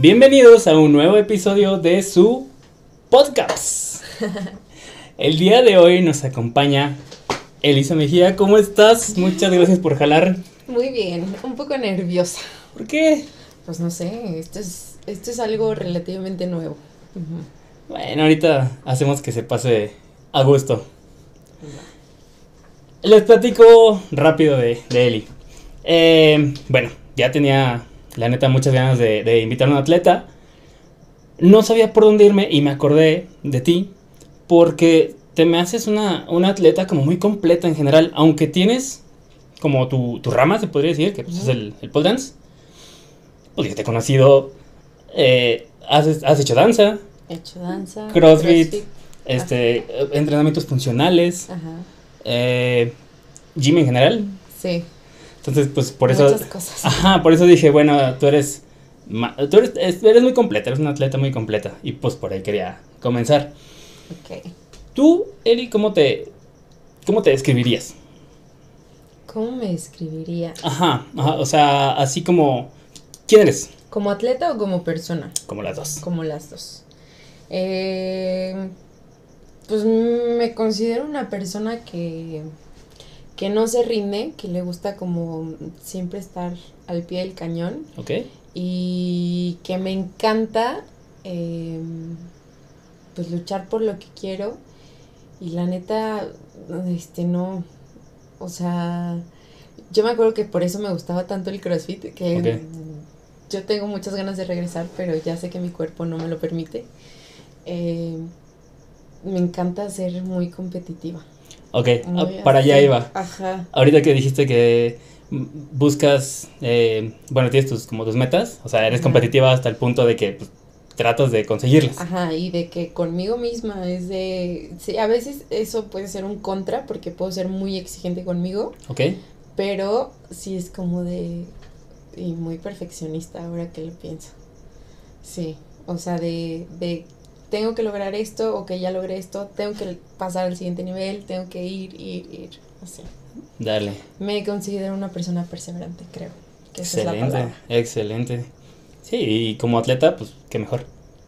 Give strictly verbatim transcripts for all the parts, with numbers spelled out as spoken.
Bienvenidos a un nuevo episodio de su podcast. El día de hoy nos acompaña Elisa Mejía. ¿Cómo estás? Muchas gracias por jalar. Muy bien, un poco nerviosa. ¿Por qué? Pues no sé, esto es, esto es algo relativamente nuevo. Uh-huh. Bueno, ahorita hacemos que se pase a gusto. Les platico rápido de, de Eli. Eh, bueno, ya tenía, la neta, muchas ganas de, de invitar a un atleta. No sabía por dónde irme y me acordé de ti porque te me haces una, una atleta como muy completa en general. Aunque tienes como tu, tu rama, se podría decir, que pues, uh-huh. es el, el pole dance. Pues ya te he conocido, eh, has, has hecho danza. He hecho danza. Crossfit, crossfit. este, Ajá. entrenamientos funcionales. Ajá. Eh, gym en general. Sí. Entonces, pues por Muchas eso. Cosas. Ajá, por eso dije, bueno, tú eres. Tú eres, eres muy completa, eres una atleta muy completa. Y pues por ahí quería comenzar. Ok. Tú, Eli, ¿cómo te. ¿Cómo te describirías? ¿Cómo me describiría? Ajá, ajá, o sea, así como. ¿Quién eres? ¿Como atleta o como persona? Como las dos. Como las dos. Eh, pues me considero una persona que. que no se rinde, que le gusta como siempre estar al pie del cañón. Ok. Y que me encanta eh, pues luchar por lo que quiero. Y la neta, este no, o sea, yo me acuerdo que por eso me gustaba tanto el CrossFit, que okay. yo tengo muchas ganas de regresar, pero ya sé que mi cuerpo no me lo permite. Eh, me encanta ser muy competitiva. Ok, muy para así. Allá iba. Ajá. Ahorita que dijiste que buscas, eh, bueno, tienes tus, como tus metas, o sea, eres Ajá. competitiva hasta el punto de que pues, tratas de conseguirlas. Ajá, y de que conmigo misma es de, sí, a veces eso puede ser un contra porque puedo ser muy exigente conmigo. Ok. Pero sí es como de, y muy perfeccionista ahora que lo pienso. Sí, o sea, de, de tengo que lograr esto, ok, ya logré esto, tengo que pasar al siguiente nivel, tengo que ir, ir, ir, así. Dale. Me considero una persona perseverante, creo. Que esa excelente, es la palabra. Excelente. Sí, y como atleta, pues, qué mejor.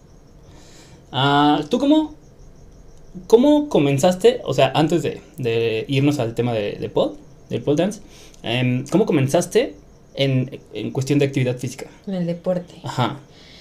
Ah, ¿tú cómo, cómo comenzaste, o sea, antes de, de irnos al tema de, de pole, del pole dance, eh, ¿cómo comenzaste en, en cuestión de actividad física? En el deporte. Ajá.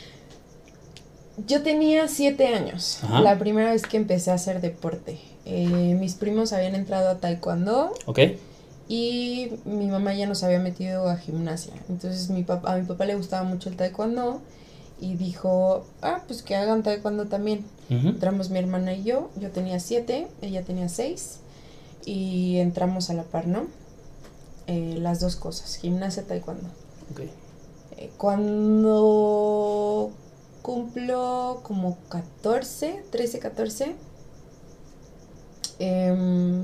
Yo tenía siete años, Ajá. la primera vez que empecé a hacer deporte. Eh, mis primos habían entrado a taekwondo. Ok. Y mi mamá ya nos había metido a gimnasia. Entonces mi papá, a mi papá le gustaba mucho el taekwondo. Y dijo, ah, pues que hagan taekwondo también. Uh-huh. Entramos mi hermana y yo. Yo tenía siete, ella tenía seis. Y entramos a la par, ¿no? Eh, las dos cosas, gimnasia, taekwondo. Okay. Eh, cuando cumplo como catorce, trece, catorce, eh,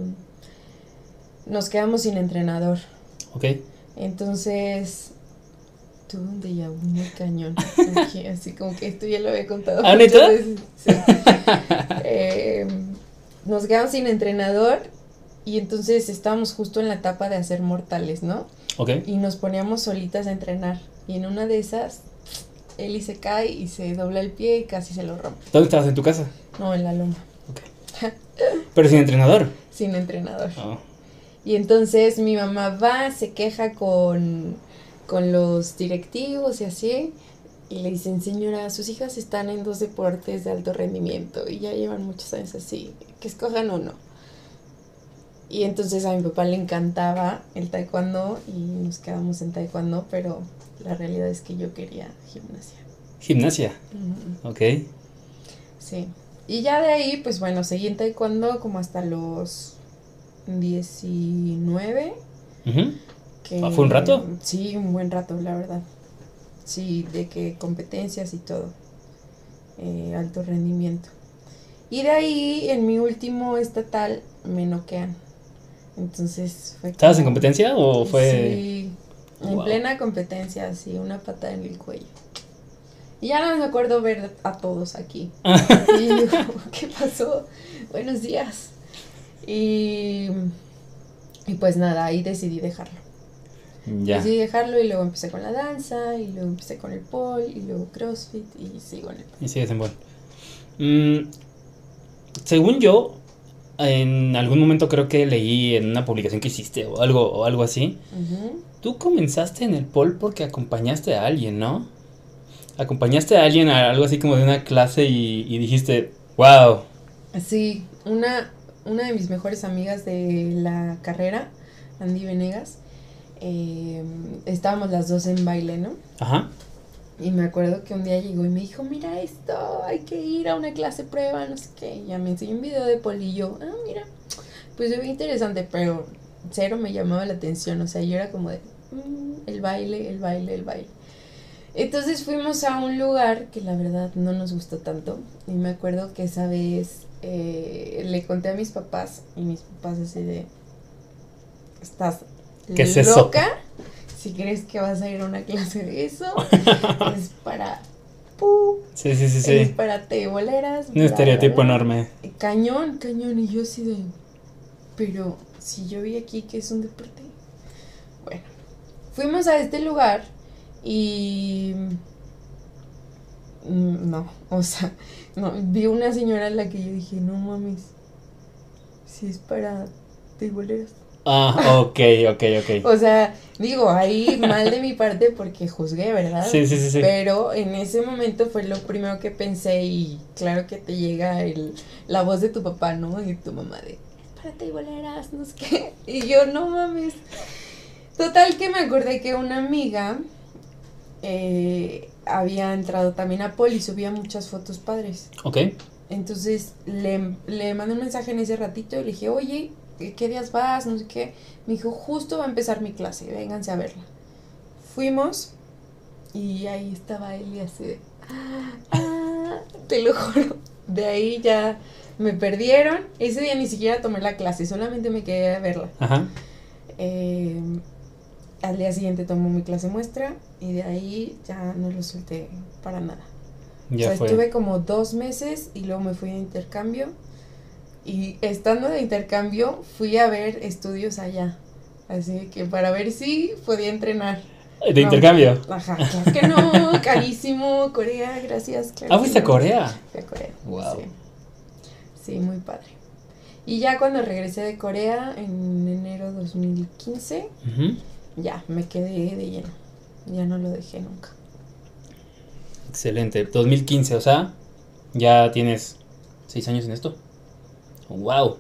nos quedamos sin entrenador. Ok. Entonces, tuve un déjà vu muy cañón. Aquí, así como que esto ya lo había contado. ¿Ah, neta? Sí. eh, nos quedamos sin entrenador. Y entonces estábamos justo en la etapa de hacer mortales, ¿no? Ok. Y nos poníamos solitas a entrenar. Y en una de esas, Eli se cae y se dobla el pie y casi se lo rompe. ¿Dónde estabas? ¿En tu casa? No, en la loma. Ok. ¿Pero sin entrenador? Sin entrenador. Oh. Y entonces mi mamá va, se queja con, con los directivos y así. Y le dicen, señora, sus hijas están en dos deportes de alto rendimiento. Y ya llevan muchos años así. Que escojan uno. Y entonces a mi papá le encantaba el taekwondo y nos quedamos en taekwondo, pero la realidad es que yo quería gimnasia. ¿Gimnasia? Uh-huh. Ok. Sí. Y ya de ahí, pues bueno, seguí en taekwondo como hasta los diecinueve. Uh-huh. Que, ¿fue un rato? Sí, un buen rato, la verdad. Sí, de que competencias y todo. Eh, alto rendimiento. Y de ahí, en mi último estatal, me noquean. Entonces fue ¿Estabas como, en competencia o fue...? Sí, en wow. plena competencia, sí, una patada en el cuello. Y ya no me acuerdo ver a todos aquí. Y yo, ¿qué pasó? Buenos días. Y, y pues nada, ahí decidí dejarlo. Ya. Decidí dejarlo y luego empecé con la danza, y luego empecé con el pole, y luego CrossFit, y sigo en el pole. Y sigues en bol. Mm, según yo, en algún momento creo que leí en una publicación que hiciste o algo, o algo así. Ujú. Tú comenzaste en el pole porque acompañaste a alguien, ¿no? Acompañaste a alguien a algo así como de una clase y, y dijiste, wow. Sí, una, una de mis mejores amigas de la carrera, Andy Venegas, eh, estábamos las dos en baile, ¿no? Ajá. Y me acuerdo que un día llegó y me dijo, mira esto, hay que ir a una clase prueba, no sé qué. Y ya me enseñó un video de pole y yo, ah, mira, pues se ve interesante, pero cero me llamaba la atención. O sea, yo era como de, mm, el baile, el baile, el baile. Entonces fuimos a un lugar que la verdad no nos gustó tanto. Y me acuerdo que esa vez eh, le conté a mis papás y mis papás así de, ¿estás ¿Qué es loca? eso? Si crees que vas a ir a una clase de eso, es para... pu, Sí, sí, sí, es sí. para teboleras. Un bla, estereotipo bla, bla. enorme. Cañón, cañón. Y yo así de, pero si yo vi aquí que es un deporte. Bueno, fuimos a este lugar y... mm, no, o sea, no, vi una señora a la que yo dije, no mames, si es para teboleras. Ah, ok, ok, ok. O sea, digo, ahí mal de mi parte porque juzgué, ¿verdad? Sí, sí, sí, sí. Pero en ese momento fue lo primero que pensé y claro que te llega el, la voz de tu papá, ¿no? Y tu mamá de, espérate y boleras, no sé qué. Y yo, no mames. Total que me acordé que una amiga eh, había entrado también a Poli y subía muchas fotos padres. Ok. Entonces le, le mandé un mensaje en ese ratito y le dije, oye, ¿qué días vas? No sé qué. Me dijo, justo va a empezar mi clase, vénganse a verla. Fuimos y ahí estaba él y así de, ah, te lo juro. De ahí ya me perdieron. Ese día ni siquiera tomé la clase, solamente me quedé a verla. Ajá. Eh, al día siguiente tomó mi clase muestra y de ahí ya no lo solté para nada. Ya o sea, fue. estuve como dos meses y luego me fui a intercambio. Y estando de intercambio, fui a ver estudios allá. Así que para ver si podía entrenar. ¿De No, intercambio? Ajá, claro que no, carísimo. Corea, gracias. Claro Ah, que ¿fuiste a no. Corea? Fui a Corea. Wow. Sí. Sí, muy padre. Y ya cuando regresé de Corea, en enero dos mil quince, Ujú. ya me quedé de lleno. Ya no lo dejé nunca. Excelente. dos mil quince, o sea, ya tienes seis años en esto. Wow.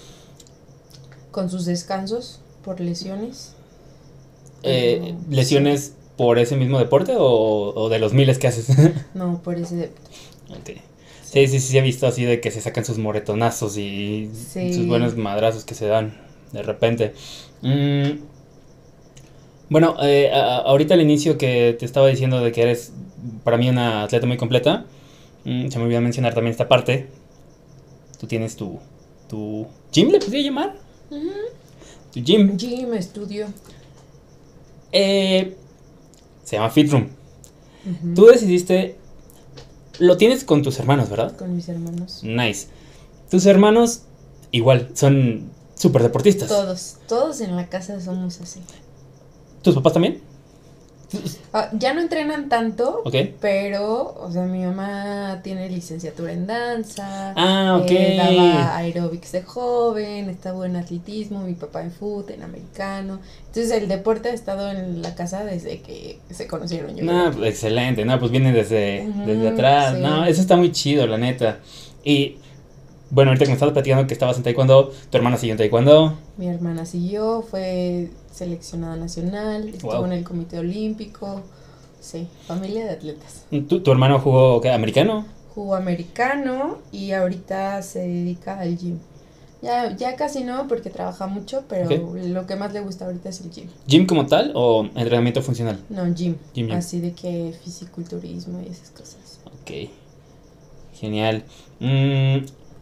Con sus descansos por lesiones. Eh, Pero, ¿Lesiones por ese mismo deporte o, o de los miles que haces? No, por ese deporte. Ok. Sí, sí, sí, he visto así de que se sacan sus moretonazos y Sí. sus buenos madrazos que se dan de repente. Mm, bueno, eh, a- ahorita al inicio que te estaba diciendo de que eres para mí una atleta muy completa, mm, se me olvidó mencionar también esta parte. Tú tienes tu, tu gym, ¿le podría llamar? Ujú. Tu gym. Gym, estudio. Eh, se llama Fit Room. Ujú. Tú decidiste, lo tienes con tus hermanos, ¿verdad? Con mis hermanos. Nice. Tus hermanos igual son súper deportistas. Todos, todos en la casa somos así. ¿Tus papás también? Ah, ya no entrenan tanto, Ok. pero, o sea, mi mamá tiene licenciatura en danza. Ah, ok. eh, daba aeróbics de joven, estaba en atletismo, mi papá en fútbol, en americano. Entonces el deporte ha estado en la casa desde que se conocieron. Yo No, creo. pues, excelente. No, pues viene desde, Ujú, desde atrás. sí. No, eso está muy chido, la neta. Y bueno, ahorita que me estabas platicando que estabas en taekwondo, tu hermana siguió en taekwondo. Mi hermana siguió, fue seleccionada nacional, estuvo Wow. en el comité olímpico. Sí, familia de atletas. ¿Tu, tu hermano jugó qué, americano? Jugó americano y ahorita se dedica al gym. Ya, ya casi no porque trabaja mucho, pero Ok. lo que más le gusta ahorita es el gym. ¿Gym como tal o entrenamiento funcional? No, gym. Gym, gym. Así de que fisiculturismo y esas cosas. Ok. Genial. Mm,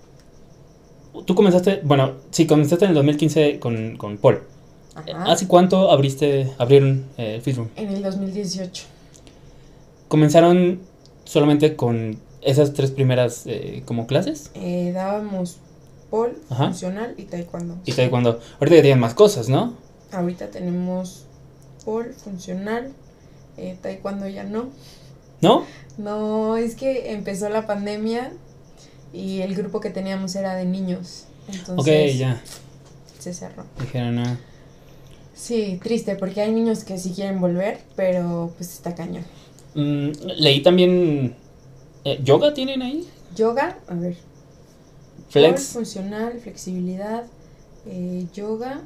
tú comenzaste, bueno, sí, comenzaste en el dos mil quince con, con Paul. Ajá. ¿Hace cuánto abriste, abrieron eh, Fit Room? En el dos mil dieciocho. ¿Comenzaron solamente con esas tres primeras eh, como clases? Eh, dábamos pole, Ajá. funcional y taekwondo. Y taekwondo. Ahorita ya tienen más cosas, ¿no? Ahorita tenemos pole, funcional, eh, taekwondo ya no. ¿No? No, es que empezó la pandemia y el grupo que teníamos era de niños. Entonces, ok, ya. Se cerró. Dijeron, no. Sí, triste, porque hay niños que sí quieren volver, pero pues está cañón. Mm, leí también... Eh, ¿Yoga tienen ahí? Yoga, a ver. Flex. Pole, funcional, flexibilidad, eh, yoga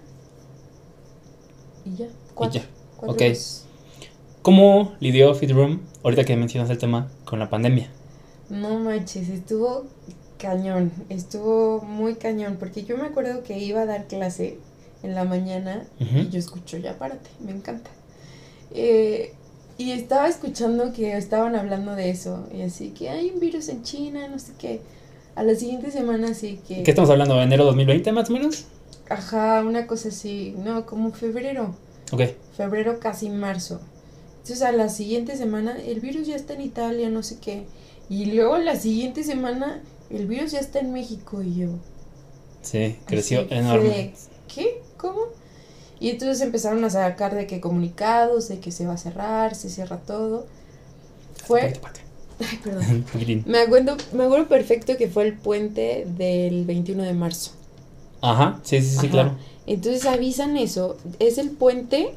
y ya. Cuatro. Y ya. Cuatro Ok. cosas. ¿Cómo lidió FitRoom, ahorita que mencionas el tema, con la pandemia? No manches, estuvo cañón, estuvo muy cañón, porque yo me acuerdo que iba a dar clase en la mañana Uh-huh. y yo escucho, ya párate, me encanta. Eh, y estaba escuchando que estaban hablando de eso, y así que hay un virus en China, no sé qué. A la siguiente semana sí que... ¿Qué estamos hablando? ¿Enero dos mil veinte más o menos? Ajá, una cosa así, no, como febrero, Ok. febrero casi marzo. Entonces a la siguiente semana el virus ya está en Italia, no sé qué. Y luego la siguiente semana el virus ya está en México y yo. Sí, creció así, enorme. de, ¿qué? ¿Cómo? Y entonces empezaron a sacar de que comunicados, de que se va a cerrar, se cierra todo. Fue... Poquito pa' acá. Ay, perdón. Un poquitín. Me acuerdo, me acuerdo perfecto que fue el puente del veintiuno de marzo. Ajá, sí, sí, sí, Ajá. claro. Entonces avisan eso, es el puente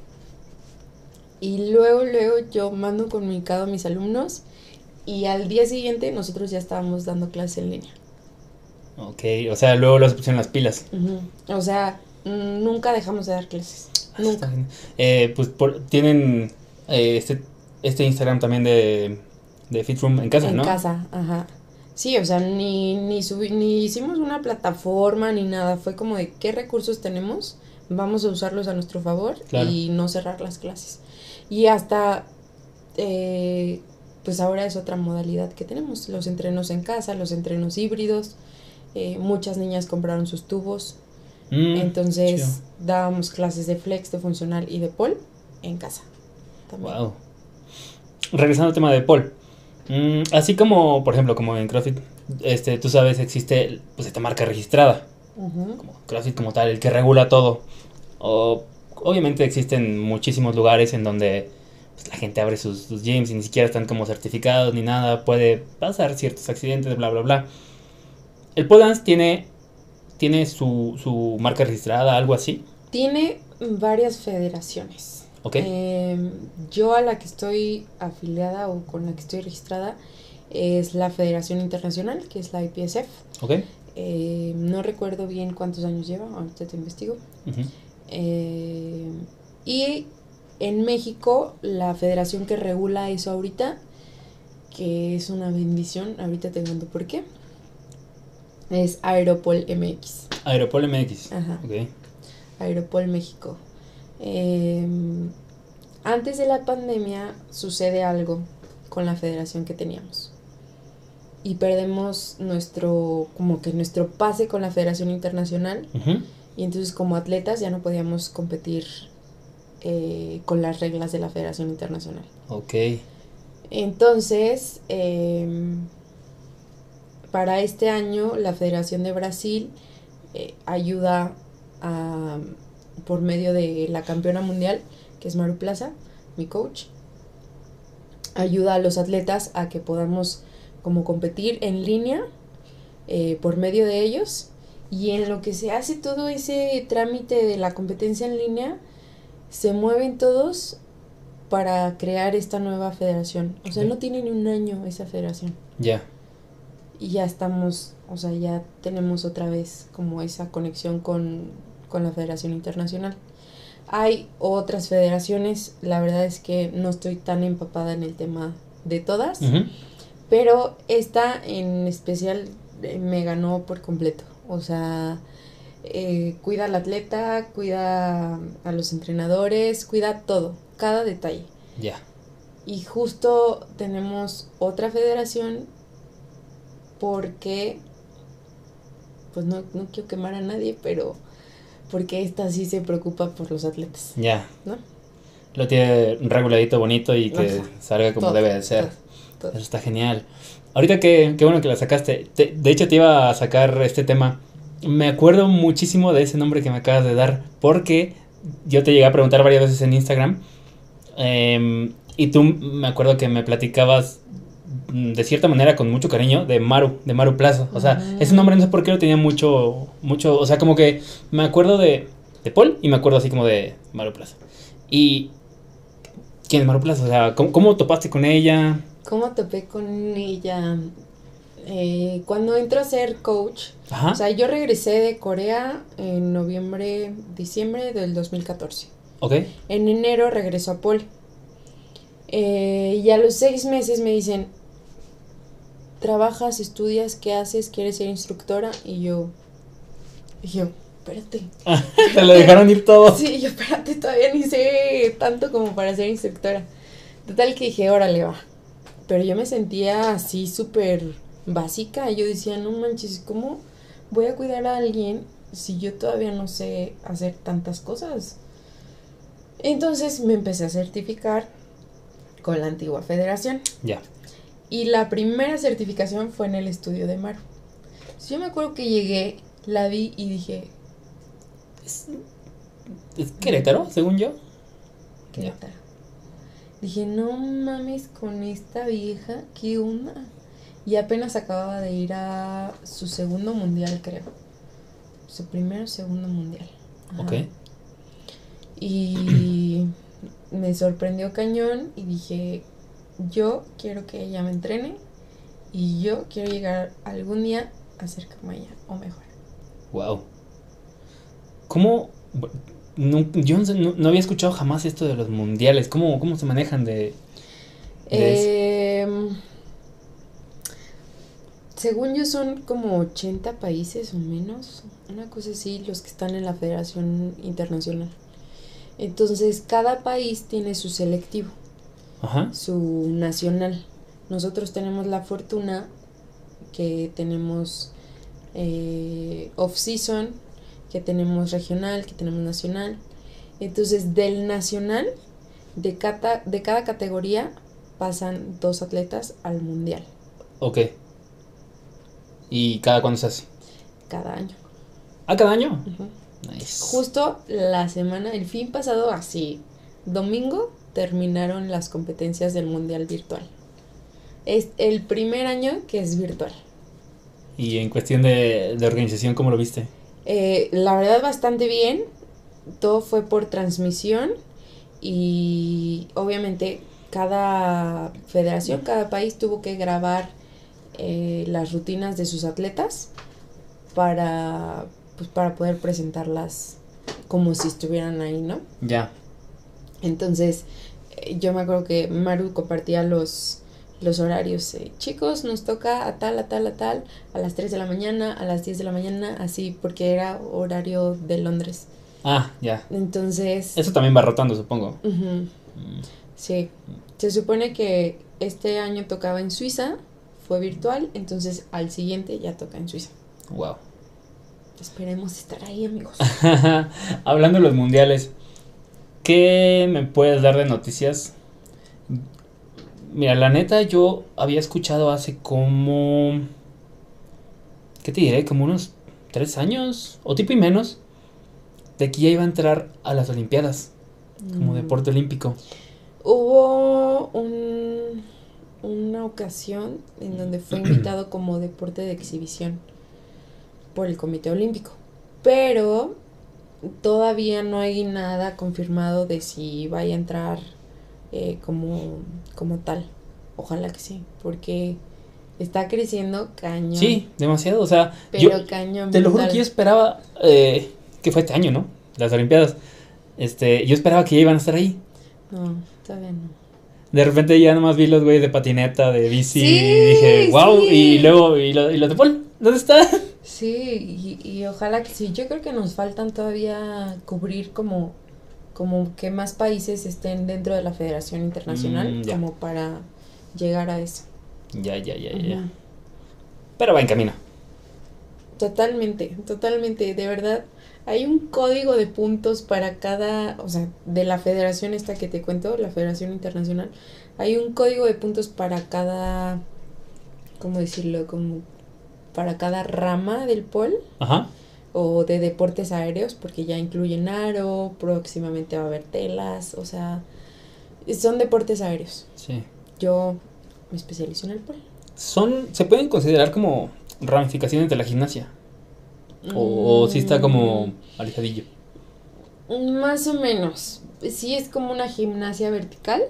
y luego, luego yo mando un comunicado a mis alumnos y al día siguiente nosotros ya estábamos dando clase en línea. Ok, o sea, luego los pusieron las pilas. Uh-huh. O sea, mm, nunca dejamos de dar clases, Ah, nunca. está bien. Eh, pues por, tienen eh, este, este Instagram también de, de FitRoom en casa, En ¿no? casa, ajá. Sí, o sea, ni, ni, subi- ni hicimos una plataforma ni nada, fue como de qué recursos tenemos, vamos a usarlos a nuestro favor Claro. y no cerrar las clases. Y hasta, eh, pues ahora es otra modalidad que tenemos, los entrenos en casa, los entrenos híbridos, eh, muchas niñas compraron sus tubos, Mm, entonces chido. dábamos clases de flex, de funcional y de pole en casa también. Wow. Regresando al tema de Paul. Mm, así como, por ejemplo, como en CrossFit, este, tú sabes, existe pues esta marca registrada, Uh-huh. como CrossFit como tal, el que regula todo. O, obviamente existen muchísimos lugares en donde pues, la gente abre sus, sus gyms y ni siquiera están como certificados ni nada. Puede pasar ciertos accidentes, bla, bla, bla. El pole dance tiene, tiene su, su marca registrada, algo así. Tiene varias federaciones. Ok. Eh, yo a la que estoy afiliada o con la que estoy registrada es la Federación Internacional, que es la I P S F. Ok. Eh, no recuerdo bien cuántos años lleva, ahorita te investigo. Uh-huh. Eh, y en México, la federación que regula eso ahorita, que es una bendición, ahorita te cuento por qué, es Aeropol M X. Aeropol M X. Ajá. Ok. Aeropol México. Eh, antes de la pandemia sucede algo con la federación que teníamos y perdemos nuestro, como que nuestro pase con la Federación Internacional. Uh-huh. Y entonces como atletas ya no podíamos competir eh, con las reglas de la Federación Internacional. Ok. Entonces, eh, para este año la Federación de Brasil eh, ayuda a, por medio de la campeona mundial, que es Maru Plaza, mi coach, ayuda a los atletas a que podamos como competir en línea eh, por medio de ellos. Y en lo que se hace todo ese trámite de la competencia en línea, se mueven todos para crear esta nueva federación. O sea, Ok. no tiene ni un año esa federación. Ya. Y ya estamos, o sea, ya tenemos otra vez como esa conexión con, con la Federación Internacional. Hay otras federaciones, la verdad es que no estoy tan empapada en el tema de todas, Uh-huh. pero esta en especial eh, me ganó por completo. O sea, eh, cuida al atleta, cuida a los entrenadores, cuida todo, cada detalle. Ya. Y justo tenemos otra federación porque, pues no, no quiero quemar a nadie, pero porque esta sí se preocupa por los atletas, Ya. ¿no? Lo tiene reguladito, bonito y que Ajá. salga como Todo, debe de ser. todo, todo. Eso está genial. Ahorita que, qué bueno que la sacaste. Te- de hecho, te iba a sacar este tema. Me acuerdo muchísimo de ese nombre que me acabas de dar. Porque yo te llegué a preguntar varias veces en Instagram. Em, y tú me acuerdo que me platicabas mm, de cierta manera con mucho cariño de Maru, de Maru Plaza. O sea, Mm. ese nombre no sé por qué lo tenía mucho, mucho, o sea, como que me acuerdo de, de Paul y me acuerdo así como de Maru Plaza. Y ¿quién es Maru Plaza? O sea, ¿cómo, cómo topaste con ella? ¿Cómo topé con ella? Eh, cuando entro a ser coach, Ajá. o sea, yo regresé de Corea en noviembre, diciembre del dos mil catorce. Ok. En enero regreso a Paul. Eh, y a los seis meses me dicen, ¿trabajas, estudias, qué haces, quieres ser instructora? Y yo, y yo, espérate. Te lo dejaron ir todo. Sí, yo, espérate, todavía ni sé tanto como para ser instructora. Total que dije, órale, va. Pero yo me sentía así súper básica. Yo decía, no manches, ¿cómo voy a cuidar a alguien si yo todavía no sé hacer tantas cosas? Entonces me empecé a certificar con la antigua federación. Ya. Y la primera certificación fue en el estudio de Maru. Yo me acuerdo que llegué, la vi y dije, ¿Es, es Querétaro, según yo? Querétaro. Dije, no mames con esta vieja, ¿qué onda? Y apenas acababa de ir a su segundo mundial, creo. Su primero o segundo mundial. Ajá. Ok. Y me sorprendió cañón y dije, yo quiero que ella me entrene y yo quiero llegar algún día a ser como ella o mejor. Wow. ¿Cómo? No, yo no, sé, no, no había escuchado jamás esto de los mundiales. ¿Cómo, cómo se manejan de, de Eh, según yo son como ochenta países o menos, una cosa así, los que están en la Federación Internacional. Entonces, cada país tiene su selectivo, Ajá. su nacional. Nosotros tenemos la fortuna que tenemos eh, off-season, que tenemos regional, que tenemos nacional. Entonces, del nacional, de cada, de cada categoría, pasan dos atletas al mundial. Ok. ¿Y cada cuándo se hace? Cada año. ¿Ah, cada año? Uh-huh. Nice. Justo la semana, el fin pasado, así, domingo, terminaron las competencias del mundial virtual. Es el primer año que es virtual. ¿Y en cuestión de, de organización, cómo lo viste? Eh, la verdad, bastante bien. Todo fue por transmisión y obviamente cada federación, cada país tuvo que grabar eh, las rutinas de sus atletas para, pues, para poder presentarlas como si estuvieran ahí, ¿no? Ya. Entonces, eh, yo me acuerdo que Maru compartía los, los horarios. Eh, Chicos, nos toca a tal, a tal, a tal, a las tres de la mañana, a las diez de la mañana, así, porque era horario de Londres. Ah, ya. Entonces... Eso también va rotando, supongo. Uh-huh, Mm. sí. Se supone que este año tocaba en Suiza, fue virtual, entonces al siguiente ya toca en Suiza. Wow. Esperemos estar ahí, amigos. Hablando de los mundiales, ¿qué me puedes dar de noticias? Mira, la neta, yo había escuchado hace como... ¿Qué te diré? Como unos tres años, o tipo y menos, de que ya iba a entrar a las Olimpiadas, como Mm. deporte olímpico. Hubo un, una ocasión en donde fue invitado como deporte de exhibición por el Comité Olímpico, pero todavía no hay nada confirmado de si vaya a entrar eh, como, como tal. Ojalá que sí, porque está creciendo cañón. Sí, demasiado, o sea, pero yo cañón. te lo juro brutal. que yo esperaba, eh, que fue este año, ¿no? Las Olimpiadas. Este, yo esperaba que ya iban a estar ahí. No, todavía no. De repente ya nomás vi los güeyes de patineta, de bici, Sí, y dije, wow, sí. y luego, y, lo, y los de Paul, ¿dónde está? Sí, y, y ojalá que sí. Yo creo que nos faltan todavía cubrir como, como que más países estén dentro de la Federación Internacional, Mm, ya. como para llegar a eso. Ya, ya, ya, Ujú. ya. Pero va en camino. Totalmente, totalmente, de verdad. Hay un código de puntos para cada, o sea, de la federación esta que te cuento, la Federación Internacional, hay un código de puntos para cada, ¿cómo decirlo? Como para cada rama del pol Ajá. o de deportes aéreos, porque ya incluyen aro, próximamente va a haber telas, o sea, Son deportes aéreos. Sí. Yo me especializo en el pole. Son, ¿se pueden considerar como ramificaciones de la gimnasia? ¿O, o sí está como alejadillo? Más o menos. Sí es como una gimnasia vertical,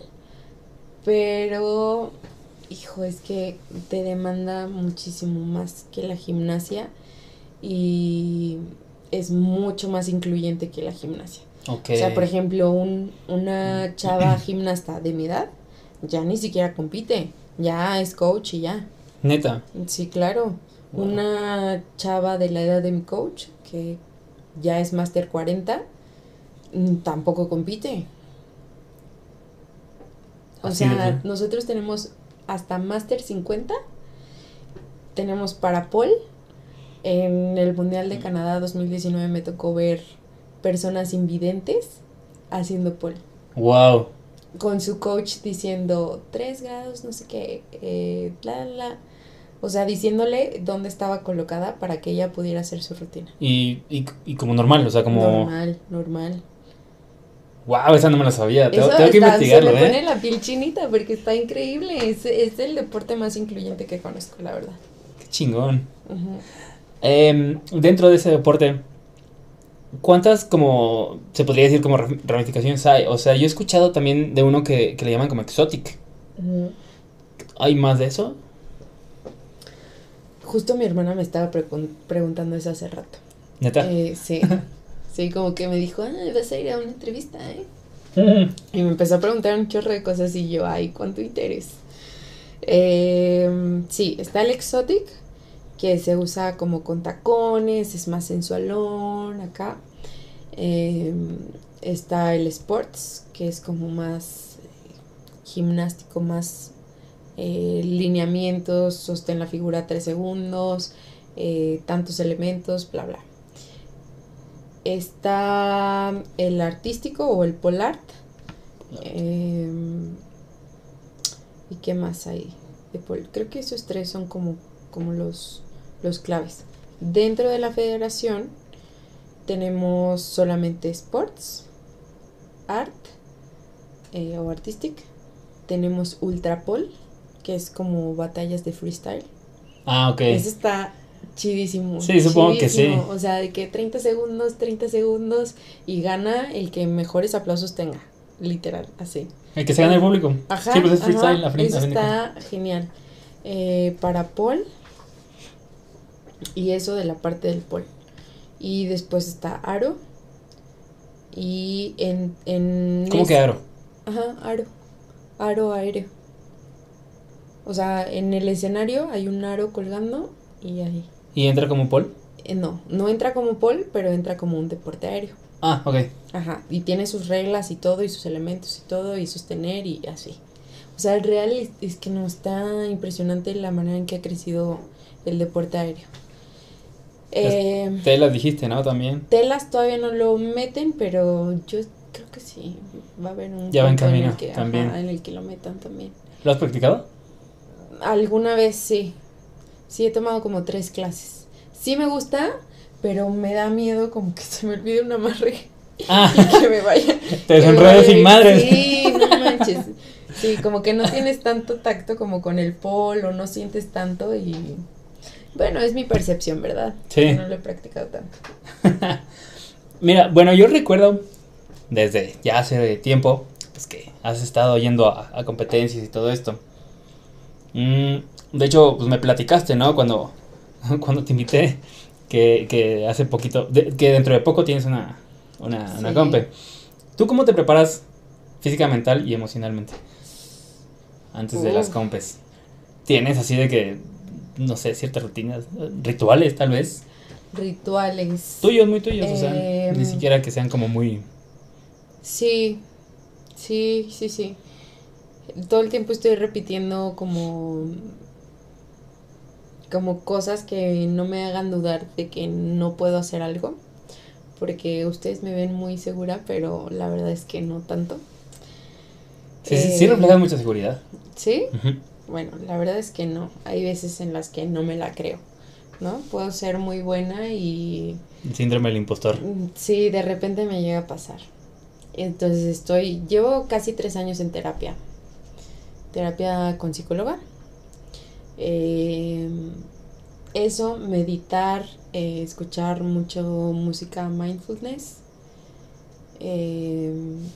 pero, hijo, es que te demanda muchísimo más que la gimnasia y es mucho más incluyente que la gimnasia. Okay. O sea, por ejemplo, un, una chava gimnasta de mi edad ya ni siquiera compite, ya es coach y ya. ¿Neta? Sí, claro. Wow. Una chava de la edad de mi coach, que ya es Máster cuarenta, tampoco compite. O Así sea, nosotros tenemos hasta Máster cincuenta, tenemos para pole. En el Mundial de Canadá dos mil diecinueve me tocó ver personas invidentes haciendo pole. Wow. Con su coach diciendo tres grados, no sé qué, eh, bla, bla. O sea, diciéndole dónde estaba colocada para que ella pudiera hacer su rutina. Y, y, y como normal, o sea, como... Normal, normal. Wow, esa no me la sabía. Eso tengo, tengo que está, investigarlo, se me ¿eh? pone la piel chinita porque está increíble. Es, es el deporte más incluyente que conozco, la verdad. Qué chingón. Uh-huh. Eh, dentro de ese deporte, ¿cuántas como se podría decir como ramificaciones hay? O sea, yo he escuchado también de uno que, que le llaman como exotic. Uh-huh. ¿Hay más de eso? Justo mi hermana me estaba pre- preguntando eso hace rato. ¿Neta? Eh, sí. Sí, como que me dijo, ah, vas a ir a una entrevista, ¿eh? Uh-huh. Y me empezó a preguntar un chorro de cosas y yo, ay, cuánto interés. Eh, sí, está el exotic, que se usa como con tacones, es más sensualón acá. Eh, está el sports, que es como más eh, gimnástico, más eh, lineamientos, sostén la figura tres segundos, eh, tantos elementos, bla, bla. Está el artístico o el pole art. Eh, ¿Y qué más hay? De pole? Creo que esos tres son como, como los... los claves. Dentro de la federación tenemos solamente sports, art eh, o artistic. Tenemos ultra pole, que es como batallas de freestyle. Ah, ok. Eso está chidísimo. Sí, supongo chidísimo. que sí. O sea, de que treinta segundos, treinta segundos y gana el que mejores aplausos tenga. Literal, así. El que se gane el público. Ajá. Sí, pues es freestyle. Ajá, la frente, eso está genial. Eh, para pole. Y eso de la parte del pole. Y después está aro. Y en... en ¿Cómo es... que aro? Ajá, aro. Aro aéreo. O sea, en el escenario hay un aro colgando y ahí. ¿Y entra como pole? Eh, no, no entra como pole, pero entra como un deporte aéreo. Ah, ok. Ajá, y tiene sus reglas y todo, y sus elementos y todo, y sostener y así. O sea, el real es, es que no está impresionante la manera en que ha crecido el deporte aéreo. Eh, telas dijiste, ¿no? También. Telas todavía no lo meten, pero yo creo que sí. Va a haber un ya va en camino en el que, también. Ajá, en el que lo metan también. ¿Lo has practicado? Alguna vez sí. Sí, he tomado como tres clases. Sí me gusta, pero me da miedo como que se me olvide un amarre. Ah, y que me vaya. Te desenredes sin madre. Sí, no manches. Sí, como que no tienes tanto tacto como con el polo, no sientes tanto y... Bueno, es mi percepción, ¿verdad? Sí. No lo he practicado tanto. Mira, bueno, yo recuerdo desde ya hace tiempo, pues que has estado yendo a, a competencias y todo esto. Mm, de hecho, pues me platicaste, ¿no? Cuando, cuando te invité, que, que hace poquito, de, que dentro de poco tienes una, una, sí. una compe. ¿Tú cómo te preparas física, mental y emocionalmente antes Uf. de las compes? ¿Tienes así de que, no sé, ciertas rutinas, rituales tal vez? Rituales. Tuyos, muy tuyos, eh, o sea, ni siquiera que sean como muy... Sí, sí, sí, sí. Todo el tiempo estoy repitiendo como... como cosas que no me hagan dudar de que no puedo hacer algo. Porque ustedes me ven muy segura, pero la verdad es que no tanto. Sí, eh, sí, sí refleja mucha seguridad. ¿Sí? Uh-huh. Bueno, la verdad es que no. Hay veces en las que no me la creo, ¿no? Puedo ser muy buena y... El síndrome del impostor. Sí, de repente me llega a pasar. Entonces estoy, llevo casi tres años en terapia, terapia con psicóloga. Eh, eso, meditar, eh, escuchar mucho música mindfulness. Eh,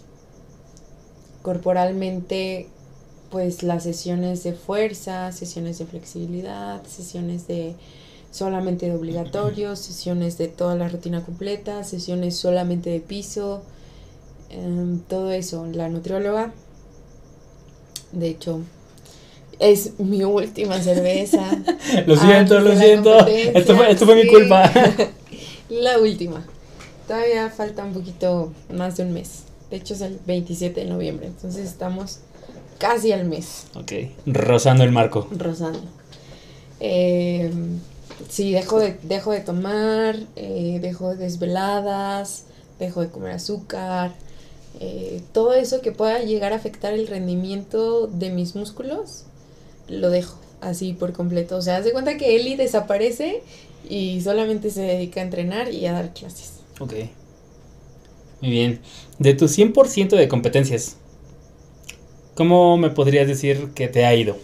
corporalmente, pues las sesiones de fuerza, sesiones de flexibilidad, sesiones de solamente de obligatorio, sesiones de toda la rutina completa, sesiones solamente de piso, eh, todo eso. La nutrióloga, de hecho, es mi última cerveza. Lo siento, lo siento. Esto fue, esto fue sí. mi culpa. La última. Todavía falta un poquito más de un mes. De hecho es el veintisiete de noviembre. Entonces estamos casi al mes. Ok. Rozando el marco. Rozando. Eh, sí, dejo de, dejo de tomar, eh, dejo de desveladas, dejo de comer azúcar. Eh, todo eso que pueda llegar a afectar el rendimiento de mis músculos, lo dejo así por completo. O sea, haz de cuenta que Eli desaparece y solamente se dedica a entrenar y a dar clases. Ok. Muy bien. De tus cien por ciento de competencias, ¿cómo me podrías decir que te ha ido?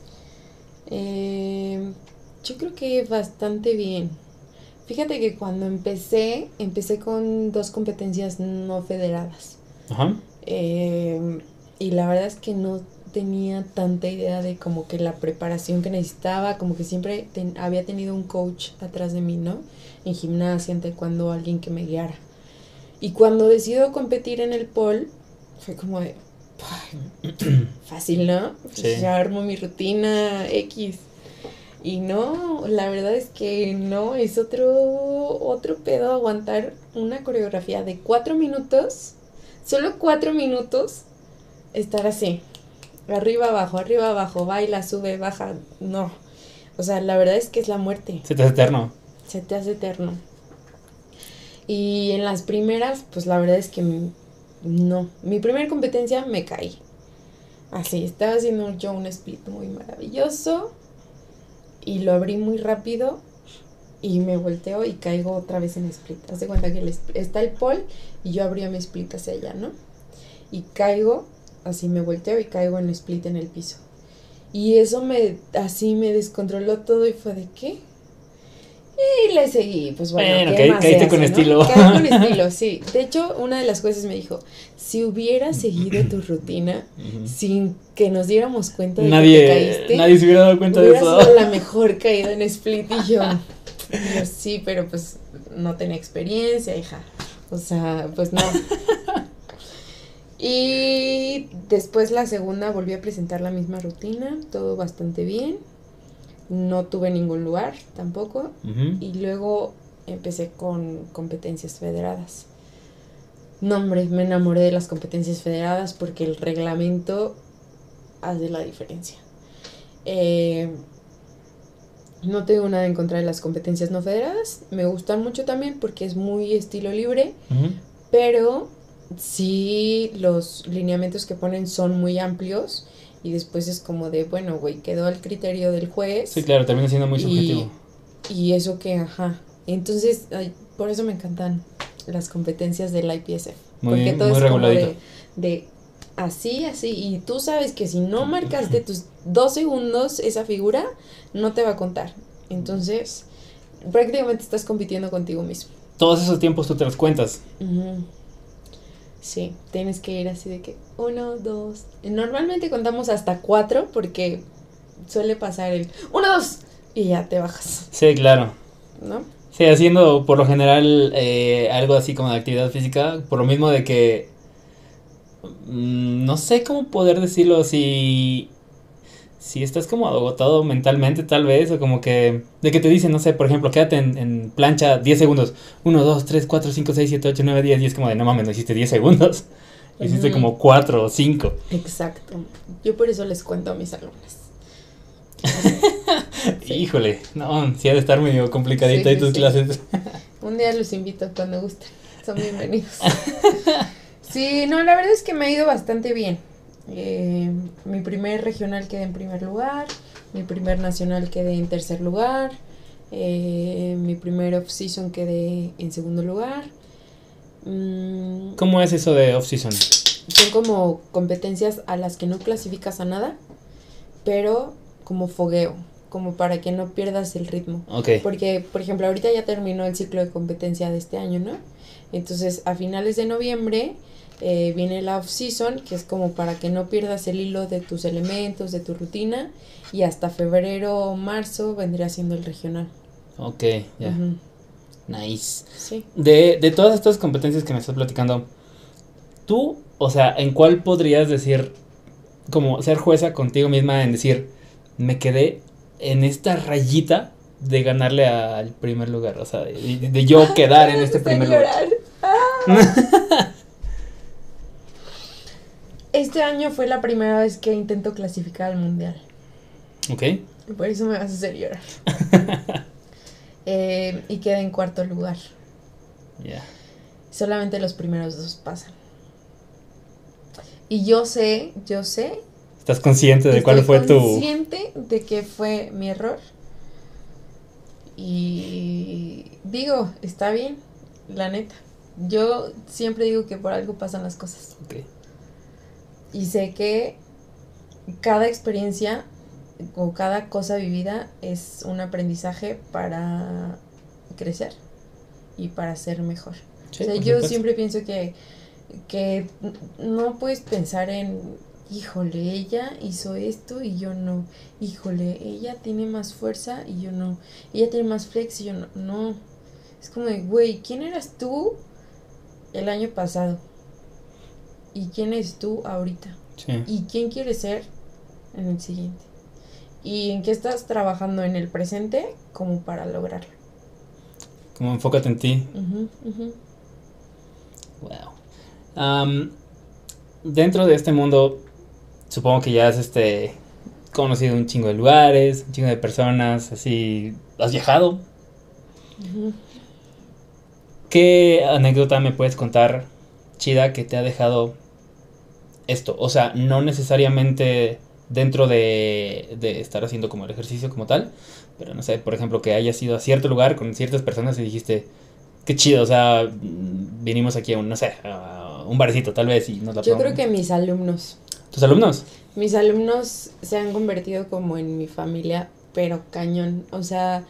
Eh, yo creo que bastante bien. Fíjate que cuando empecé, empecé con dos competencias no federadas. Ajá. Eh, y la verdad es que no tenía tanta idea de como que la preparación que necesitaba, como que siempre ten, había tenido un coach atrás de mí, ¿no? En gimnasia, en taekwondo, alguien que me guiara. Y cuando decido competir en el pole, fue como de, fácil, ¿no? Pues sí. Ya armo mi rutina X. Y no, la verdad es que no, es otro, otro pedo aguantar una coreografía de cuatro minutos, solo cuatro minutos, estar así, arriba, abajo, arriba, abajo, baila, sube, baja, no. O sea, la verdad es que es la muerte. Se te hace eterno. Se te hace eterno. Y en las primeras, pues la verdad es que no. Mi primera competencia me caí. Así, estaba haciendo yo un split muy maravilloso y lo abrí muy rápido y me volteo y caigo otra vez en split. Haz de cuenta que el split, está el pole y yo abría mi split hacia allá, ¿no? Y caigo, así me volteo y caigo en split en el piso. Y eso me, así me descontroló todo y fue de ¿qué? Y le seguí, pues bueno, bueno ¿qué caí, más caíste se con hace, estilo. ¿no? Caí con estilo, sí. De hecho, una de las jueces me dijo, si hubieras seguido tu rutina uh-huh. sin que nos diéramos cuenta de nadie, que te caíste, nadie se hubiera dado cuenta de eso. Hubiera sido la mejor caída en split. Y yo, y yo, sí, pero pues no tenía experiencia, hija. O sea, pues no. Y después la segunda volví a presentar la misma rutina, todo bastante bien. No tuve ningún lugar tampoco. Uh-huh. Y luego empecé con competencias federadas. No, hombre, me enamoré de las competencias federadas porque el reglamento hace la diferencia. Eh, no tengo nada en contra de las competencias no federadas. Me gustan mucho también porque es muy estilo libre. Uh-huh. Pero sí, los lineamientos que ponen son muy amplios. Y después es como de, bueno, güey, quedó al criterio del juez. Sí, claro, termina siendo muy y, subjetivo. Y eso que, ajá. Entonces, ay, por eso me encantan las competencias del I P S F. Muy, porque todo muy es como reguladito. de, de así, así. Y tú sabes que si no marcaste tus dos segundos esa figura, no te va a contar. Entonces, prácticamente estás compitiendo contigo mismo. Todos esos tiempos tú te los cuentas. Uh-huh. Sí, tienes que ir así de que uno, dos. Normalmente contamos hasta cuatro porque suele pasar el uno, dos y ya te bajas. Sí, claro. ¿No? Sí, haciendo por lo general eh, algo así como de actividad física, por lo mismo de que mmm, no sé cómo poder decirlo, si si estás como agotado mentalmente tal vez, o como que de que te dicen, no sé, por ejemplo, quédate en, en plancha diez segundos, uno, dos, tres, cuatro, cinco, seis, siete, ocho, nueve, diez, y es como de no mames, no hiciste diez segundos, uh-huh. hiciste como cuatro o cinco. Exacto, yo por eso les cuento a mis alumnas. Sí. Híjole, no, sí ha de estar medio complicadita sí, ahí tus sí. clases. Un día los invito cuando gusten, son bienvenidos. Sí, no, la verdad es que me ha ido bastante bien. Eh, mi primer regional quedé en primer lugar, mi primer nacional quedé en tercer lugar, eh, mi primer off-season quedé en segundo lugar. Mm, ¿Cómo es eso de off-season? son como competencias a las que no clasificas a nada, pero como fogueo, como para que no pierdas el ritmo. Ok. Porque, por ejemplo, ahorita ya terminó el ciclo de competencia de este año, ¿no? Entonces, a finales de noviembre eh, viene la off-season, que es como para que no pierdas el hilo de tus elementos, de tu rutina, y hasta febrero o marzo vendría siendo el regional. Ok, ya. Ujú. Nice. Sí. De, de todas estas competencias que me estás platicando, tú, o sea, ¿en cuál podrías decir, como ser jueza contigo misma en decir, me quedé en esta rayita de ganarle al primer lugar? O sea, de, de yo quedar en este primer lugar. Ah. Este año fue la primera vez que intento clasificar al mundial. Ok. Y por eso me vas a hacer llorar. eh, y quedé en cuarto lugar. Ya. Yeah. Solamente los primeros dos pasan. Y yo sé, yo sé. ¿Estás consciente de cuál fue tu...? Estoy consciente de que fue mi error. Y digo, está bien, la neta. Yo siempre digo que por algo pasan las cosas. Ok. Y sé que cada experiencia o cada cosa vivida es un aprendizaje para crecer y para ser mejor. Sí, o sea, yo supuesto. siempre pienso que, que no puedes pensar en, híjole, ella hizo esto y yo no. Híjole, ella tiene más fuerza y yo no. Ella tiene más flex y yo no. No. Es como de, güey, ¿quién eras tú el año pasado? ¿Y quién eres tú ahorita? Sí. ¿Y quién quieres ser en el siguiente? ¿Y en qué estás trabajando en el presente como para lograrlo? Como enfócate en ti. Uh-huh, uh-huh. Wow. Um, dentro de este mundo, supongo que ya has este conocido un chingo de lugares, un chingo de personas, así. ¿Has viajado? Uh-huh. ¿Qué anécdota me puedes contar chida que te ha dejado esto? O sea, no necesariamente dentro de, de estar haciendo como el ejercicio como tal, pero no sé, por ejemplo, que hayas ido a cierto lugar con ciertas personas y dijiste, qué chido, o sea, vinimos aquí a un, no sé, a un barecito tal vez y nos la Yo probamos. creo que mis alumnos. ¿Tus alumnos? Mis alumnos se han convertido como en mi familia, pero cañón. O sea,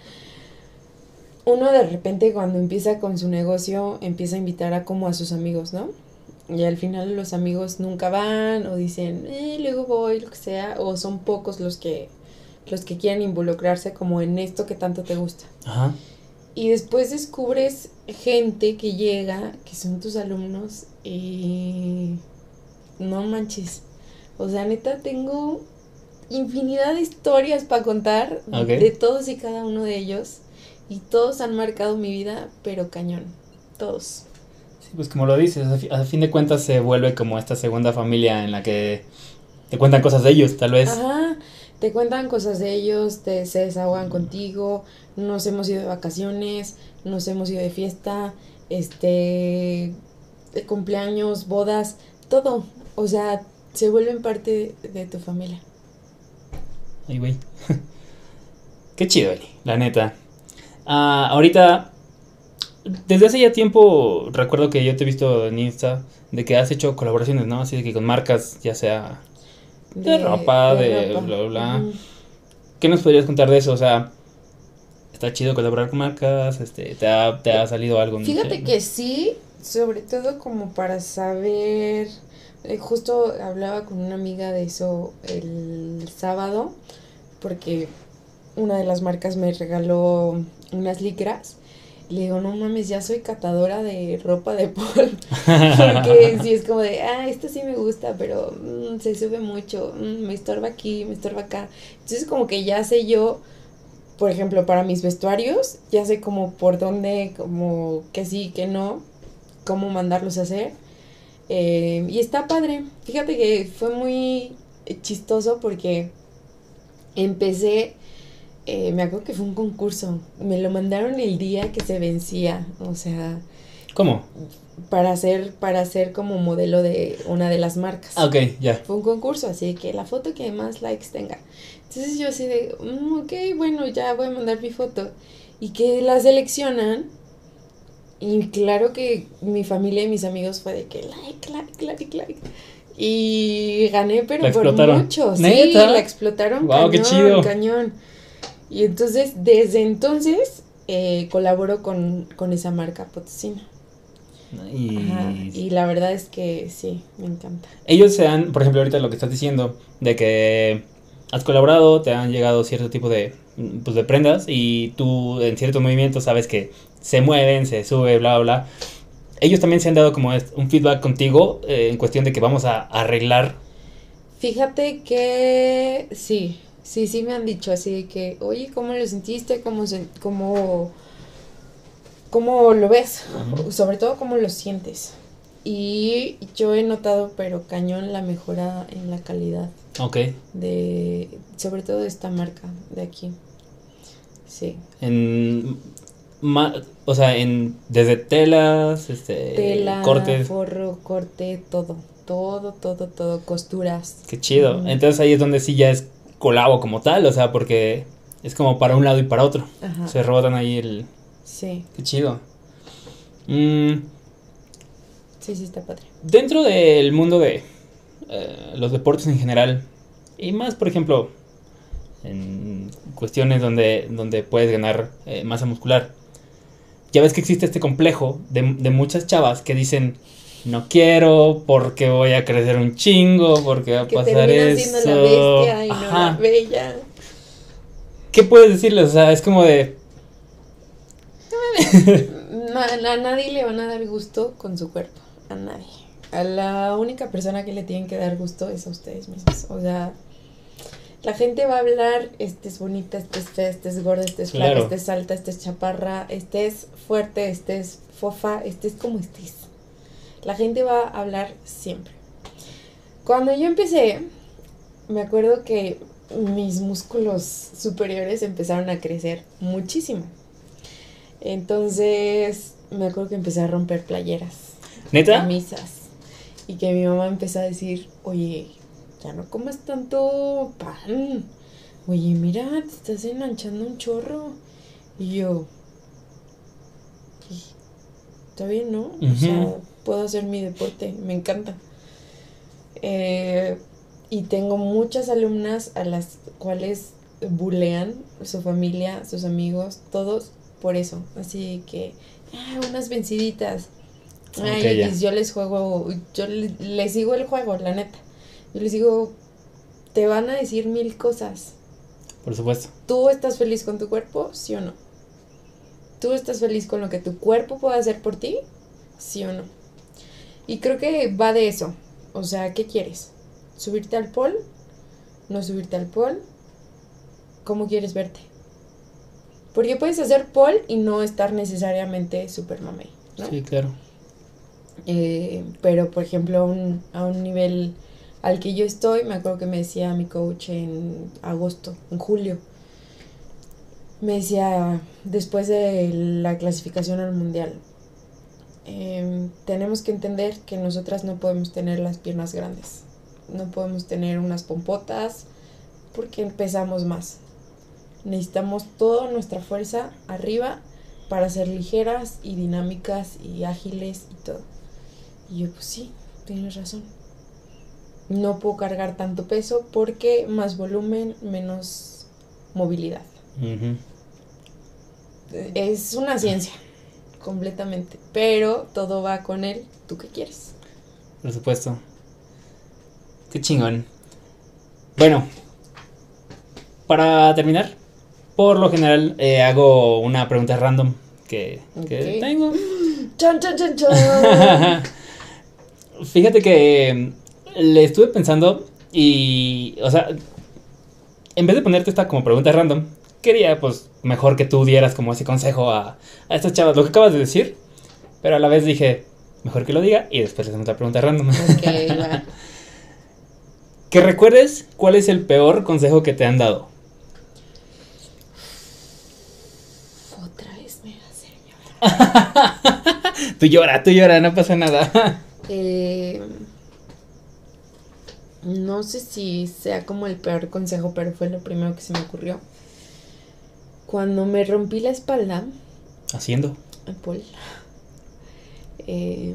uno de repente cuando empieza con su negocio empieza a invitar a como a sus amigos, ¿no? Y al final los amigos nunca van o dicen, eh, luego voy, lo que sea, o son pocos los que los que quieren involucrarse como en esto que tanto te gusta. Ajá. Y después descubres gente que llega, que son tus alumnos, y no manches. O sea, neta, tengo infinidad de historias para contar okay. de todos y cada uno de ellos. Y todos han marcado mi vida, pero cañón. Todos. Sí, pues como lo dices, a fin de cuentas se vuelve como esta segunda familia en la que te cuentan cosas de ellos, tal vez. Ajá, te cuentan cosas de ellos, te se desahogan contigo, nos hemos ido de vacaciones, nos hemos ido de fiesta, este, de cumpleaños, bodas, todo. O sea, se vuelven parte de, de tu familia. Ay, güey. Qué chido, Eli, la neta. Uh, ahorita, desde hace ya tiempo, recuerdo que yo te he visto en Insta, de que has hecho colaboraciones, ¿no? Así de que con marcas, ya sea de, de ropa, de, de ropa. bla, bla, bla. Uh-huh. ¿Qué nos podrías contar de eso? O sea, está chido colaborar con marcas, este, ¿te ha, te ha salido algo? Fíjate que sí, sobre todo como para saber, eh, justo hablaba con una amiga de eso el sábado, porque una de las marcas me regaló unas licras. Le digo, no mames, ya soy catadora de ropa de Paul. Porque sí es como de, ah, esto sí me gusta, pero mmm, se sube mucho, mmm, me estorba aquí, me estorba acá. Entonces como que ya sé yo, por ejemplo, para mis vestuarios, ya sé como por dónde, como que sí, que no, cómo mandarlos a hacer. Eh, y está padre. Fíjate que fue muy chistoso porque empecé... Eh, me acuerdo que fue un concurso. Me lo mandaron el día que se vencía. O sea... ¿Cómo? Para hacer, para hacer como modelo de una de las marcas. Ah, ok, ya. Yeah. Fue un concurso, así que la foto que más likes tenga. Entonces yo así de, mm, ok, bueno, ya voy a mandar mi foto. Y que la seleccionan. Y claro que mi familia y mis amigos fue de que like, like, like, like. Y gané, pero La por explotaron. mucho. Sí, ¿Neta? la explotaron Wow, cañón, qué chido. cañón. Y entonces, desde entonces, eh, colaboro con, con esa marca Potosina. Ajá, Nice. y la verdad es que sí, me encanta. Ellos se han, por ejemplo, ahorita lo que estás diciendo, de que has colaborado, te han llegado cierto tipo de, pues, de prendas y tú en ciertos movimientos sabes que se mueven, se sube, bla, bla, bla. Ellos también se han dado como es- un feedback contigo eh, en cuestión de que vamos a arreglar. Fíjate que sí, sí, sí me han dicho así de que, oye, ¿cómo lo sentiste? ¿Cómo, se, cómo, cómo lo ves? Ujú. Sobre todo, ¿cómo lo sientes? Y yo he notado, pero cañón, la mejora en la calidad Ok. de, sobre todo de esta marca de aquí. Sí. En, ma- o sea, en desde telas, este, Tela, cortes. forro, corte, todo, todo, todo, todo, costuras. Qué chido. Ujú. Entonces ahí es donde sí ya es colabo como tal, o sea, porque es como para un lado y para otro. Ajá, Se rebotan ahí el... sí, Qué chido. Mm, sí, sí está padre. dentro del mundo de eh, los deportes en general, y más, por ejemplo, en cuestiones donde, donde puedes ganar eh, masa muscular, ya ves que existe este complejo de, de muchas chavas que dicen, no quiero porque voy a crecer un chingo, porque va a Que pasar termina siendo la eso. bestia y no la Ajá. bella. ¿Qué puedes decirles? O sea, es como de... Na- a nadie le van a dar gusto con su cuerpo, a nadie. A la única persona que le tienen que dar gusto es a ustedes mismos. O sea, la gente va a hablar, estés bonita, estés fea, estés gorda, estés flaca, Claro. estés alta, estés chaparra, estés fuerte, estés fofa, estés como estés. La gente va a hablar siempre. Cuando yo empecé, me acuerdo que mis músculos superiores empezaron a crecer muchísimo. Entonces, me acuerdo que empecé a romper playeras, ¿Neta? camisas, y que mi mamá empezó a decir, oye, ya no comas tanto pan. Oye, mira, te estás enanchando un chorro. Y yo, "Pues, está bien, ¿no? O sea, Ujú. puedo hacer mi deporte, me encanta. Eh, y tengo muchas alumnas a las cuales bulean su familia, sus amigos, todos por eso. Así que, ah, unas venciditas. Ay, Ok, ya. X, yo les juego, yo le- les sigo el juego, la neta. Yo les digo, te van a decir mil cosas. Por supuesto. ¿Tú estás feliz con tu cuerpo? ¿Sí o no? ¿Tú estás feliz con lo que tu cuerpo puede hacer por ti? ¿Sí o no? Y creo que va de eso. O sea, ¿qué quieres? ¿Subirte al pole? ¿No subirte al pole? ¿Cómo quieres verte? Porque puedes hacer pole y no estar necesariamente super mamey, ¿no? Sí, claro. Eh, pero, por ejemplo, a un, a un nivel al que yo estoy, me acuerdo que me decía mi coach en agosto, en julio, me decía, después de la clasificación al mundial, eh, tenemos que entender que nosotras no podemos tener las piernas grandes, no podemos tener unas pompotas, porque pesamos más. Necesitamos toda nuestra fuerza arriba para ser ligeras y dinámicas y ágiles y todo. Y yo, pues sí, tienes razón. No puedo cargar tanto peso porque más volumen, menos movilidad. Ujú. Es una ciencia, completamente. Pero todo va con él. ¿Tú qué quieres? Por supuesto. Qué chingón. Bueno, para terminar, por lo general eh, hago una pregunta random que, que Ok. tengo. ¡Chan, chan, chan, chan! Fíjate que le estuve pensando y, o sea, en vez de ponerte esta como pregunta random, quería pues mejor que tú dieras como ese consejo a, a estas chavas, lo que acabas de decir, pero a la vez dije, mejor que lo diga y después le hacemos la pregunta random. Ok, va. Que recuerdes cuál es el peor consejo que te han dado. Otra vez me va a hacer llorar. Tú llora, tú llora, no pasa nada. Eh, no sé si sea como el peor consejo, pero fue lo primero que se me ocurrió. Cuando me rompí la espalda, Haciendo. Paul, eh,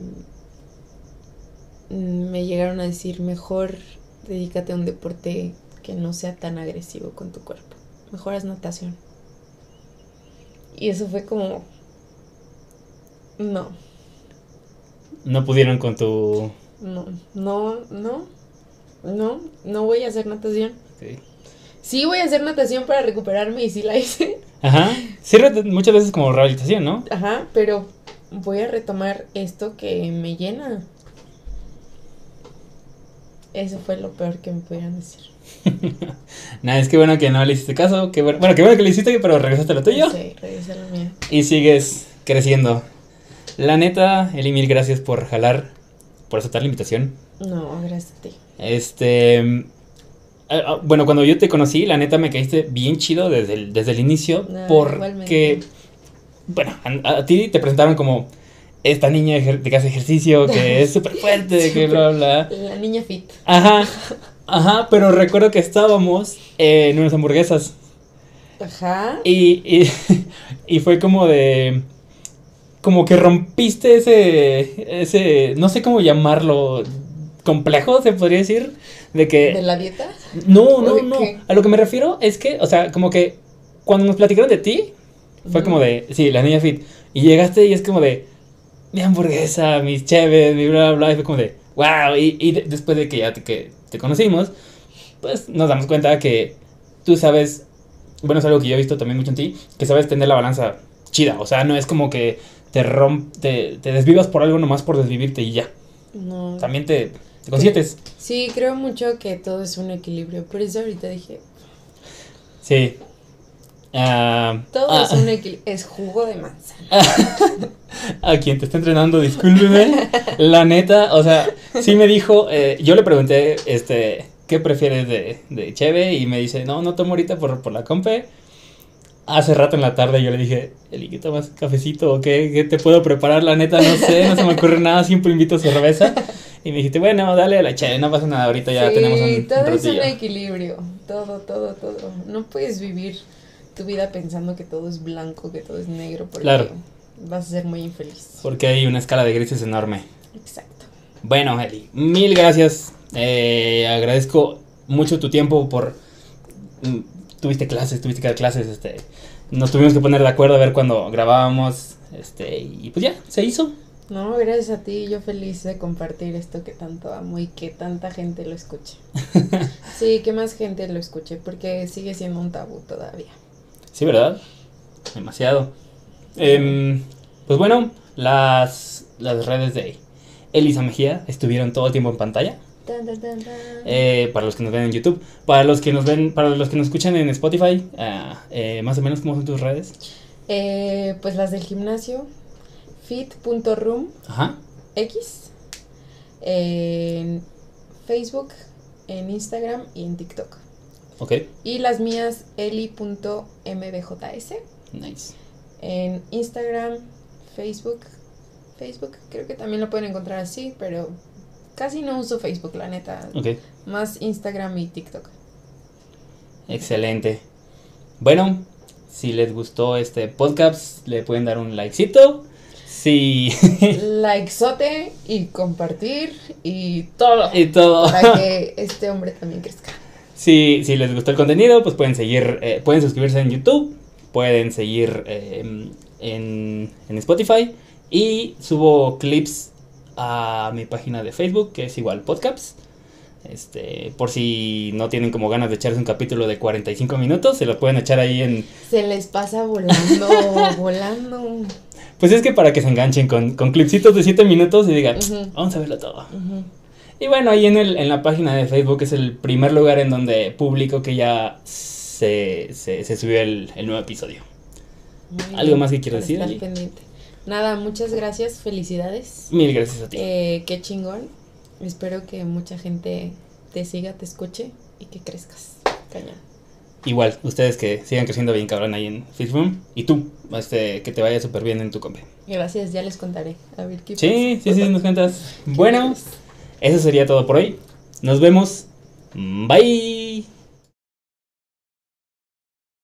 me llegaron a decir, mejor dedícate a un deporte que no sea tan agresivo con tu cuerpo. Mejor haz natación. Y eso fue como... No. No pudieron con tu... No, no, no, no, no voy a hacer natación. Okay. Sí voy a hacer natación para recuperarme y sí la hice. Ajá, sirve muchas veces como rehabilitación, ¿no? Ajá, pero voy a retomar esto que me llena. Eso fue lo peor que me pudieran decir. Nada, es que bueno que no le hiciste caso, que bueno, bueno, que bueno que le hiciste, pero regresaste a lo tuyo. Sí, regresé a lo mío. Y sigues creciendo. La neta, Eli, mil gracias por jalar, por aceptar la invitación. No, gracias a ti. Este, eh, bueno, cuando yo te conocí, la neta me caíste bien chido desde el, desde el inicio, No, porque, igualmente. bueno, a, a ti te presentaron como esta niña ejer- que hace ejercicio, que es súper fuerte, que bla, bla, bla. La niña fit. Ajá, ajá, pero recuerdo que estábamos en unas hamburguesas. Ajá. Y, y, y fue como de... Como que rompiste ese... ese no sé cómo llamarlo... complejo, se podría decir. De que... ¿De la dieta? No, no, de no. qué? A lo que me refiero es que, o sea, como que... Cuando nos platicaron de ti... Fue Ujú. como de... Sí, la niña fit. Y llegaste y es como de... Mi hamburguesa, mis cheves, mi bla, bla, bla. Y fue como de... Wow. Y, y de- después de que ya te, que te conocimos... Pues nos damos cuenta que... Tú sabes... Bueno, es algo que yo he visto también mucho en ti. Que sabes tener la balanza chida. O sea, no es como que... Te romp... Te, te desvivas por algo nomás por desvivirte y ya. No. También te... Te consientes. Sí, creo mucho que todo es un equilibrio. Por eso ahorita dije, Sí. Ah, todo ah, es un equilibrio. Es jugo de manzana. a quien te está entrenando, discúlpeme. La neta, o sea, sí me dijo, eh, yo le pregunté, este, ¿qué prefieres de, de cheve? Y me dice, no, no tomo ahorita por, por la compe. Hace rato en la tarde yo le dije, Eli, ¿qué tomas? ¿Cafecito o qué? ¿Qué te puedo preparar? La neta, no sé, no se me ocurre nada, siempre invito cerveza. Y me dijiste, bueno, dale a la cheve, no pasa nada, ahorita ya Sí, tenemos un, todo un es un ratillo. equilibrio. Todo, todo, todo. No puedes vivir tu vida pensando que todo es blanco, que todo es negro, porque Claro. vas a ser muy infeliz. Porque hay una escala de grises enorme. Exacto. Bueno, Eli, mil gracias. Eh, agradezco mucho tu tiempo por... mm, Tuviste clases, tuviste que dar clases, este... Nos tuvimos que poner de acuerdo a ver cuando grabábamos, este... Y pues ya, se hizo. No, gracias a ti, yo feliz de compartir esto que tanto amo y que tanta gente lo escuche. Sí, que más gente lo escuche, porque sigue siendo un tabú todavía. Sí, ¿verdad? Demasiado. Em, pues bueno, las, las redes de Elisa Mejía estuvieron todo el tiempo en pantalla. Tan, tan, tan, tan. Eh, para los que nos ven en YouTube, para los que nos ven, para los que nos escuchan en Spotify, ah, eh, más o menos, ¿cómo son tus redes? Eh, pues las del gimnasio, fit punto room Ajá. X, en Facebook, en Instagram y en TikTok. Ok. Y las mías, eli punto m b j s, Nice. en Instagram, Facebook. Facebook, creo que también lo pueden encontrar así, pero casi no uso Facebook, la neta. Ok. Más Instagram y TikTok. Excelente. Bueno, si les gustó este podcast, le pueden dar un likecito. Si... Likezote y compartir y todo. y todo. Para que este hombre también crezca. Si, si les gustó el contenido, pues pueden seguir, eh, pueden suscribirse en YouTube, pueden seguir eh, en, en Spotify y subo clips a mi página de Facebook, que es igual Podcaps. Este, por si no tienen como ganas de echarse un capítulo de cuarenta y cinco minutos, se lo pueden echar ahí en... Se les pasa volando, volando. Pues es que para que se enganchen con, con clipsitos de siete minutos y digan, Ujú. vamos a verlo todo. Ujú. Y bueno, ahí en, el, en la página de Facebook es el primer lugar en donde publico que ya se, se, se subió el, el nuevo episodio. Muy ¿Algo bien, más que quieras para decir, estar Ali? pendiente. Nada, muchas gracias, felicidades. Mil gracias a ti. Eh, qué chingón. Espero que mucha gente te siga, te escuche y que crezcas. Cañón. Igual, ustedes que sigan creciendo bien cabrón ahí en FitRoom. Y tú, este, que te vaya súper bien en tu compa. Gracias, ya les contaré. A ver qué Sí, pasa. sí, sí, nos cuentas. Bueno, eso sería todo por hoy. Nos vemos. Bye.